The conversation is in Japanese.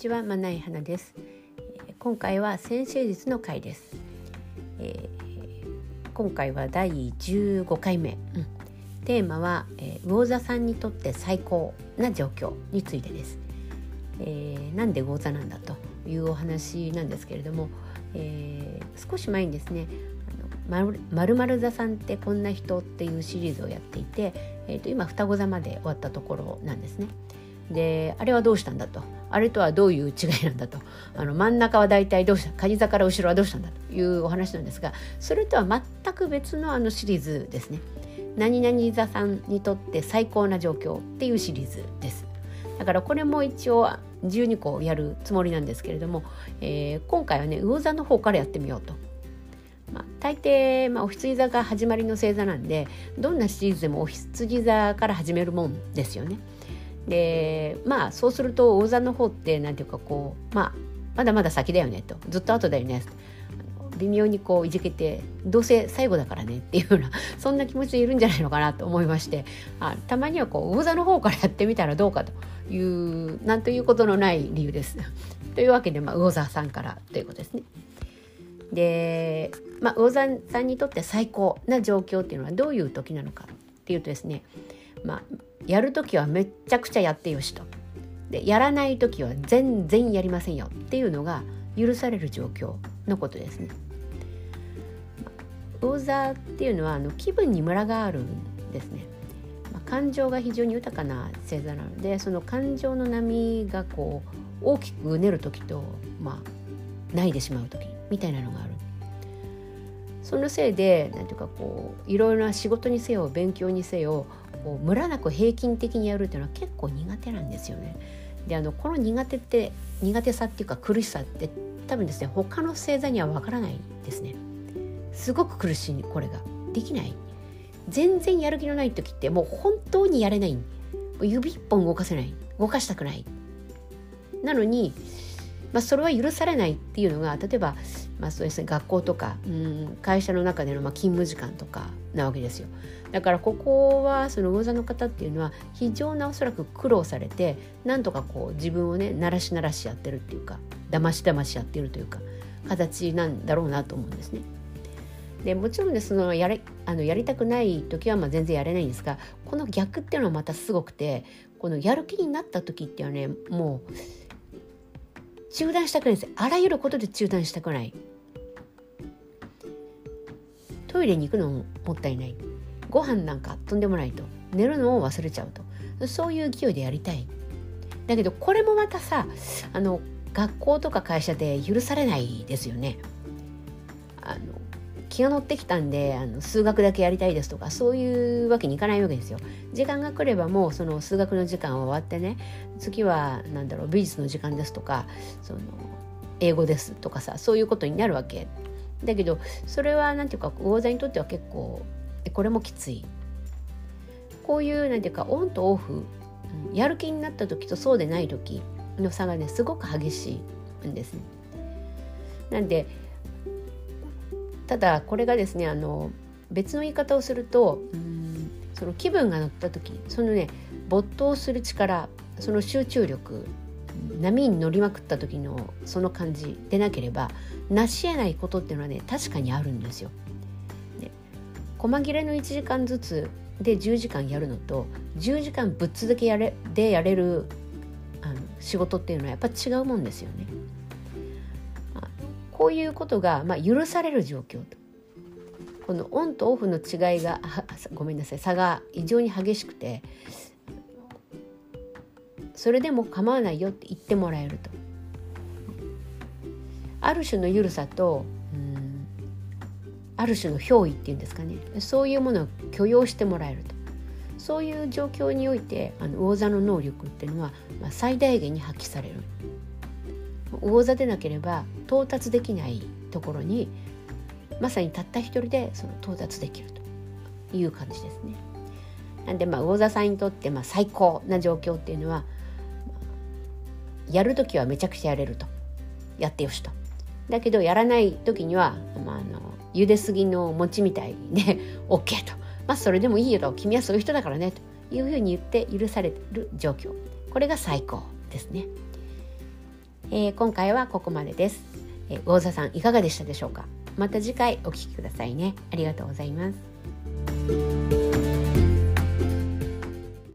ちは、まない花です。今回は先生術の回です。今回は第15回目、テーマは、魚座さんにとって最高な状況についてです。なんで魚座なんだというお話なんですけれども、少し前にですね、〇〇座さんってこんな人っていうシリーズをやっていて、今双子座まで終わったところなんですね。で、あれはどうしたんだと、あれとはどういう違いなんだと、真ん中は大体どうした、蟹座から後ろはどうしたんだというお話なんですが、それとは全く別のシリーズですね。何々座さんにとって最高な状況っていうシリーズです。だからこれも一応12個やるつもりなんですけれども、今回はね、魚座の方からやってみようと。大抵、お羊座が始まりの星座なんで、どんなシリーズでもお羊座から始めるもんですよね。で、そうすると魚座の方ってなんていうかまだまだ先だよねと、ずっと後だよね、微妙にいじけて、どうせ最後だからねっていうようなそんな気持ちでいるんじゃないのかなと思いまして、たまには魚座の方からやってみたらどうかというなんということのない理由ですというわけで、魚座さんからということですね。で、魚座さんにとって最高な状況っていうのはどういう時なのかっていうとですね、やるときはめっちゃくちゃやってよしと、でやらないときは全然やりませんよっていうのが許される状況のことですね。魚座っていうのは気分にムラがあるんですね。感情が非常に豊かな星座なので、その感情の波が大きくうねるときと、ないでしまうときみたいなのがある。そのせいでなんていうかいろいろな仕事にせよ勉強にせよムラなく平均的にやるっていうのは結構苦手なんですよね。で、この苦手さっていうか苦しさって多分ですね、他の星座にはわからないですね。すごく苦しい、これができない、全然やる気のない時ってもう本当にやれない、指一本動かせない、動かしたくない、なのに、それは許されないっていうのが、例えばそうですね、学校とか会社の中での勤務時間とかなわけですよ。だからここはその魚座の方っていうのは非常なおそらく苦労されて、なんとか自分をね、ならしやってるっていうか、だましやってるというか形なんだろうなと思うんですね。でもちろんね、やりたくない時は全然やれないんですが、この逆っていうのはまたすごくて、このやる気になった時っていうのはね、もう中断したくないんですよ。あらゆることで中断したくない。トイレに行くのももったいない、ご飯なんかとんでもないと、寝るのを忘れちゃうと、そういう勢いでやりたい。だけどこれもまたさ、学校とか会社で許されないですよね。気が乗ってきたんで数学だけやりたいですとか、そういうわけにいかないわけですよ。時間が来ればもうその数学の時間は終わってね、次は美術の時間ですとか、英語ですとかさ、そういうことになるわけだけど、それはなんていうか魚座にとっては結構これもきつい。こういうなんていうかオンとオフ、やる気になった時とそうでない時の差がね、すごく激しいんですね。なんでただこれがですね、別の言い方をすると、その気分が乗った時、そのね、没頭する力、その集中力、波に乗りまくった時のその感じでなければ成し得ないことっていうのはね、確かにあるんですよ。で、細切れの1時間ずつで10時間やるのと、10時間ぶっ続けやれる仕事っていうのはやっぱ違うもんですよね。こういうことが許される状況と、このオンとオフの違いが差が異常に激しくて、それでも構わないよって言ってもらえると、ある種の緩さとある種の憑依っていうんですかね、そういうものを許容してもらえると、そういう状況において魚座の能力っていうのは最大限に発揮される。魚座でなければ到達できないところに、まさにたった一人でその到達できるという感じですね。なんで魚座さんにとって最高な状況っていうのは、やるときはめちゃくちゃやれると、やってよしと。だけどやらないときには、茹ですぎの餅みたいで OK と、それでもいいよと、君はそういう人だからねというふうに言って許される状況、これが最高ですね。 今回はここまでです。魚座さんいかがでしたでしょうか。また次回お聞きくださいね。ありがとうございます。